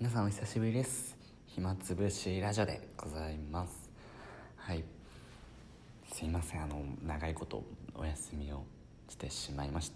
皆さんお久しぶりです。暇つぶしラジオでございます。はい、すいません、長いことお休みをしてしまいまして、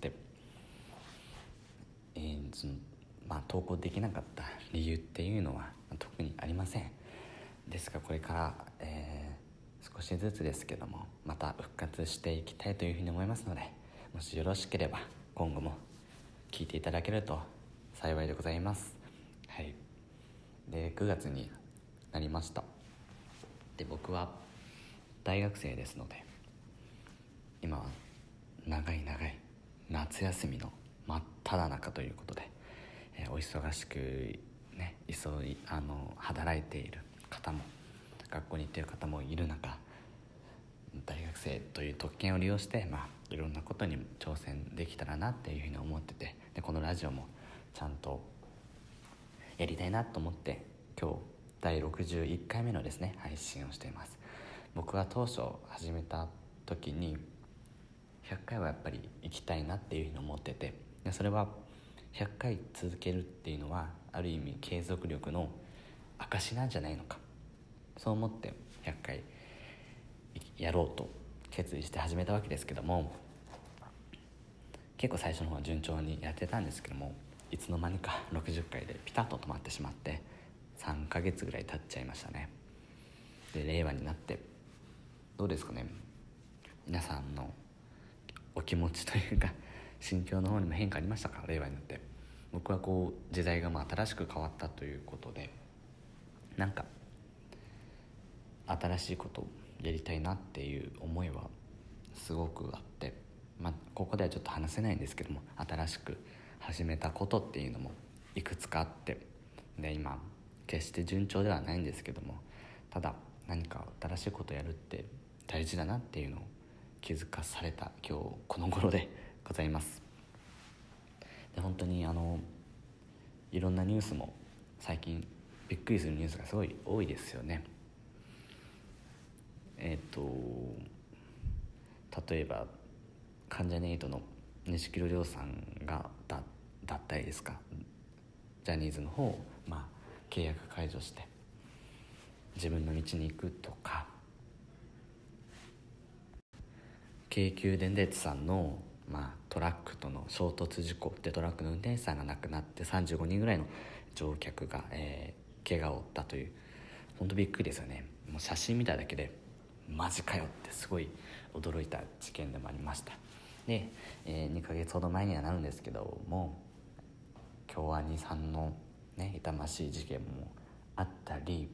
投稿できなかった理由っていうのは特にありません。ですがこれから、少しずつですけどもまた復活していきたいというふうに思いますので、もしよろしければ今後も聞いていただけると幸いでございます。はい。で、9月になりました。で、僕は大学生ですので、今は長い夏休みの真っ只中ということで、お忙しくね働いている方も学校に行っている方もいる中、大学生という特権を利用して、いろんなことに挑戦できたらなっていうふうに思ってて、でこのラジオもちゃんとやりたいなと思って今日第61回目のですね配信をしています。僕は当初始めた時に100回はやっぱり行きたいなっていうふうに思ってて、でそれは100回続けるっていうのはある意味継続力の証なんじゃないのか、そう思って100回やろうと決意して始めたわけですけども、結構最初の方は順調にやってたんですけども、いつの間にか60回でピタッと止まってしまって3ヶ月ぐらい経っちゃいましたね。で、令和になってどうですかね、皆さんのお気持ちというか心境の方にも変化ありましたか？令和になって。僕は時代が新しく変わったということで、なんか新しいことをやりたいなっていう思いはすごくあって、ここではちょっと話せないんですけども、新しく始めたことっていうのもいくつかあって、で今決して順調ではないんですけども、ただ何か新しいことをやるって大事だなっていうのを気づかされた今日この頃でございます。で、本当にいろんなニュースも最近びっくりするニュースがすごい多いですよね。例えば関ジャニ∞の錦戸亮さんが脱退ですか、ジャニーズの方を、契約解除して自分の道に行くとか、京急電鉄さんの、トラックとの衝突事故でトラックの運転手さんが亡くなって35人ぐらいの乗客が、怪我を負ったという、本当びっくりですよね。もう写真見ただけでマジかよってすごい驚いた事件でもありました。で、2ヶ月ほど前にはなるんですけども、京アニさんのね痛ましい事件もあったり、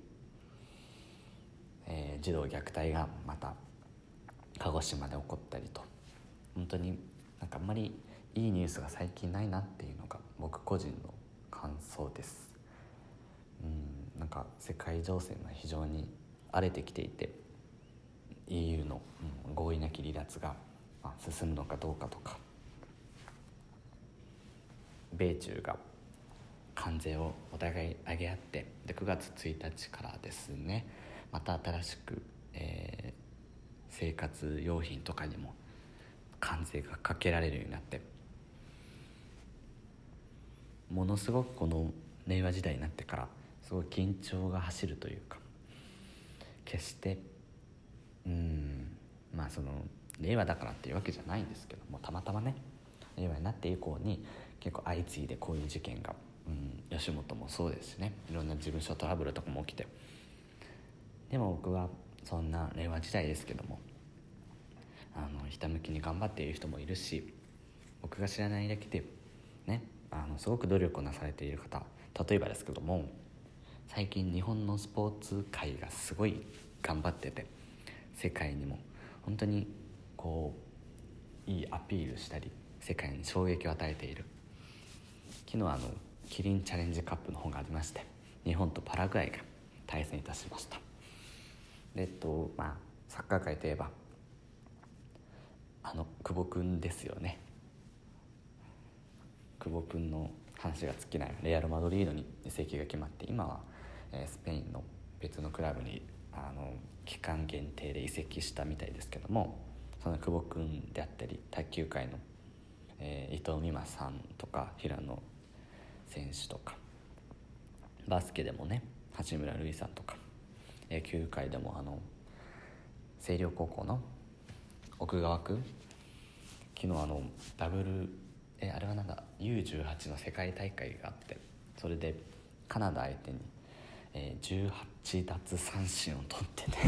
児童虐待がまた鹿児島で起こったりと、本当にあんまりいいニュースが最近ないなっていうのが僕個人の感想です。世界情勢が非常に荒れてきていて、 EU の、合意なき離脱が、進むのかどうかとか、米中が関税をお互い上げ合って、で9月1日からですね、また新しく、生活用品とかにも関税がかけられるようになって、ものすごくこの令和時代になってからすごい緊張が走るというか、決してその令和だからっていうわけじゃないんですけども、たまたまね令和になって以降に結構相次いでこういう事件が、吉本もそうですしね、いろんな事務所トラブルとかも起きて、でも僕はそんな令和時代ですけども、ひたむきに頑張っている人もいるし、僕が知らないだけでね、すごく努力をなされている方、例えばですけども、最近日本のスポーツ界がすごい頑張ってて、世界にも本当にいいアピールしたり世界に衝撃を与えている。昨日キリンチャレンジカップの方がありまして、日本とパラグアイが対戦いたしました。で、サッカー界といえば久保くんですよね。久保くんの話が尽きない。レアル・マドリードに移籍が決まって、今は、スペインの別のクラブに期間限定で移籍したみたいですけども、その久保くんであったり卓球界の、伊藤美誠さんとか平野選手とか、 バスケでもね八村塁さんとか、野球界でも星稜高校の奥川君、昨日ダブルあれはなんだ U18 の世界大会があって、それでカナダ相手に、18奪三振を取ってね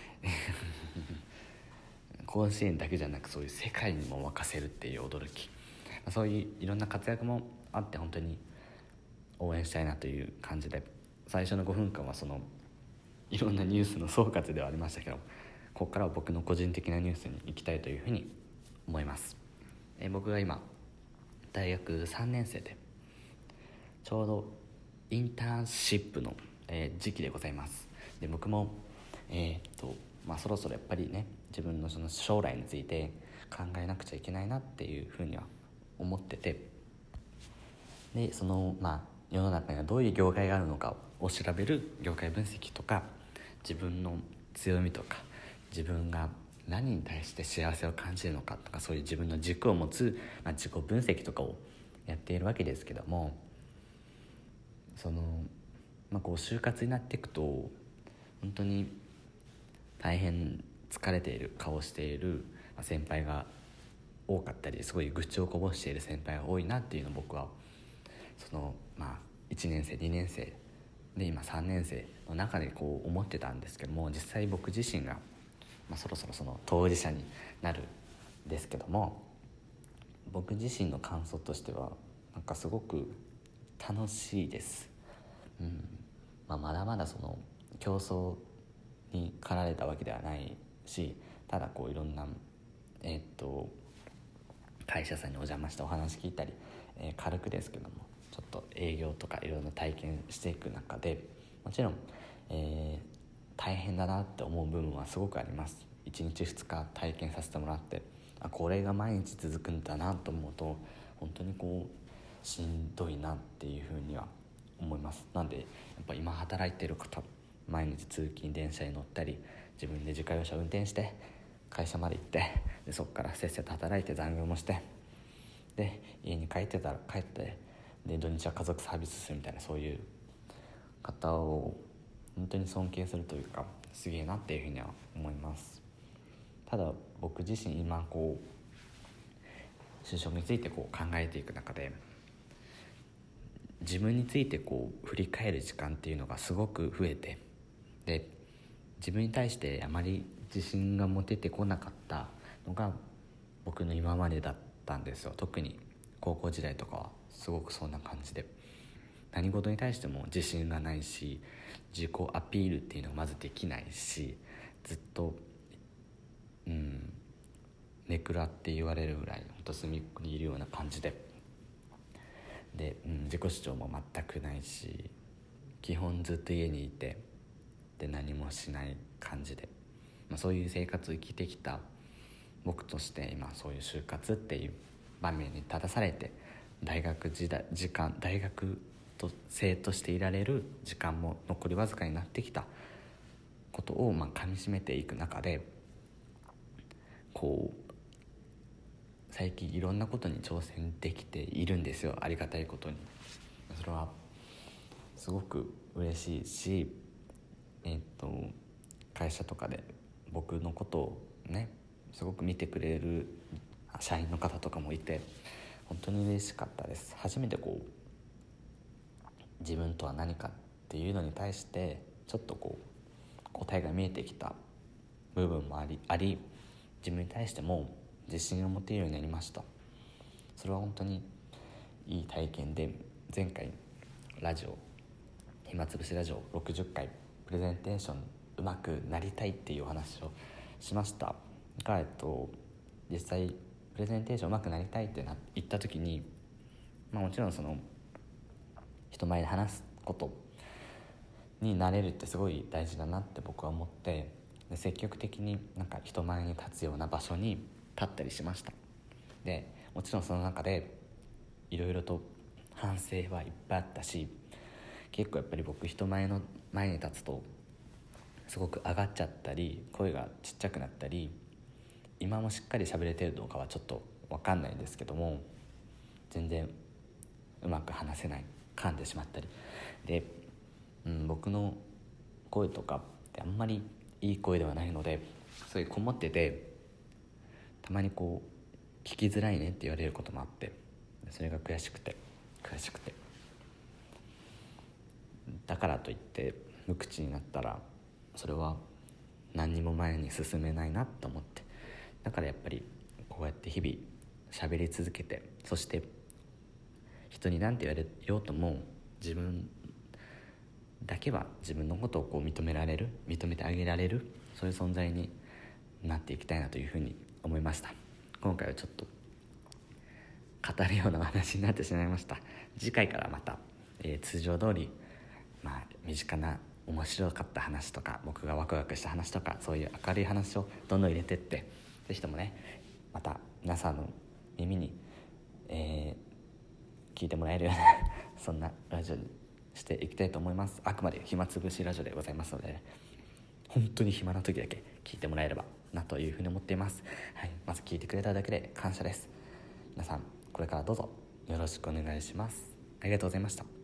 甲子園だけじゃなくそういう世界にも沸かせるっていう驚き、そういういろんな活躍もあって本当に応援したいなという感じで、最初の5分間はそのいろんなニュースの総括ではありましたけど、ここからは僕の個人的なニュースに行きたいというふうに思います。僕が今大学3年生でちょうどインターンシップの、時期でございます。で僕もそろそろやっぱりね自分のその将来について考えなくちゃいけないなっていうふうには思ってて、でその世の中にはどういう業界があるのかを調べる業界分析とか、自分の強みとか自分が何に対して幸せを感じるのかとか、そういう自分の軸を持つ、自己分析とかをやっているわけですけども、その、こう就活になっていくと本当に大変疲れている顔をしている先輩が多かったり、すごい愚痴をこぼしている先輩が多いなっていうのを僕はその1年生2年生で今3年生の中でこう思ってたんですけども、実際僕自身が、そろそろその当事者になるんですけども、僕自身の感想としてはなんかすごく楽しいです。まだまだその競争に駆られたわけではないし、ただこういろんな会社さんにお邪魔してお話聞いたり、軽くですけどもちょっと営業とかいろんな体験していく中で、もちろん、大変だなって思う部分はすごくあります。1日2日体験させてもらって、これが毎日続くんだなと思うと本当にこうしんどいなっていうふうには思います。なんでやっぱ今働いている方、毎日通勤電車に乗ったり自分で自家用車運転して会社まで行って、でそこからせっせと働いて残業もして、で家に帰ってたら帰って、で土日は家族サービスするみたいな、そういう方を本当に尊敬するというか、すげえなっていうふうには思います。ただ僕自身今こう就職についてこう考えていく中で、自分についてこう振り返る時間っていうのがすごく増えて、で自分に対してあまり自信が持ててこなかったのが僕の今までだったんですよ。特に高校時代とかはすごくそんな感じで、何事に対しても自信がないし、自己アピールっていうのがまずできないし、ずっとネクラって言われるぐらいほんと隅っこにいるような感じで、自己主張も全くないし、基本ずっと家にいて、で何もしない感じで、そういう生活を生きてきた僕として、今そういう就活っていう場面に立たされて、大学生としていられる時間も残りわずかになってきたことをかみしめていく中で、こう最近いろんなことに挑戦できているんですよ。ありがたいことに。それはすごく嬉しいし、会社とかで僕のことをねすごく見てくれる社員の方とかもいて、本当に嬉しかったです。初めてこう自分とは何かっていうのに対してちょっとこう答えが見えてきた部分もあり、自分に対しても自信を持てるようになりました。それは本当にいい体験で、前回ラジオ暇つぶしラジオ60回プレゼンテーション上手くなりたいっていうお話をしましたが、実際プレゼンテーション上手くなりたいって言った時に、もちろんその人前で話すことになれるってすごい大事だなって僕は思って、で積極的に人前に立つような場所に立ったりしました。でもちろんその中でいろいろと反省はいっぱいあったし、結構やっぱり僕人前に立つとすごく上がっちゃったり、声がちっちゃくなったり、今もしっかり喋れてるのかはちょっと分かんないんですけども、全然うまく話せない、噛んでしまったりで、 僕の声とかってあんまりいい声ではないので、そういうこもっててたまにこう聞きづらいねって言われることもあって、それが悔しくてだからといって無口になったらそれは何にも前に進めないなと思って、だからやっぱりこうやって日々喋り続けて、そして人に何て言われようとも自分だけは自分のことをこう認めてあげられる、そういう存在になっていきたいなというふうに思いました。今回はちょっと語るようなお話になってしまいました。次回からまた、通常通り、身近な面白かった話とか僕がワクワクした話とか、そういう明るい話をどんどん入れてって、ぜひともねまた皆さんの耳に、聞いてもらえるようなそんなラジオにしていきたいと思います。あくまで暇つぶしラジオでございますので、本当に暇な時だけ聞いてもらえればなというふうに思っています。まず聞いてくれただけで感謝です。皆さんこれからどうぞよろしくお願いします。ありがとうございました。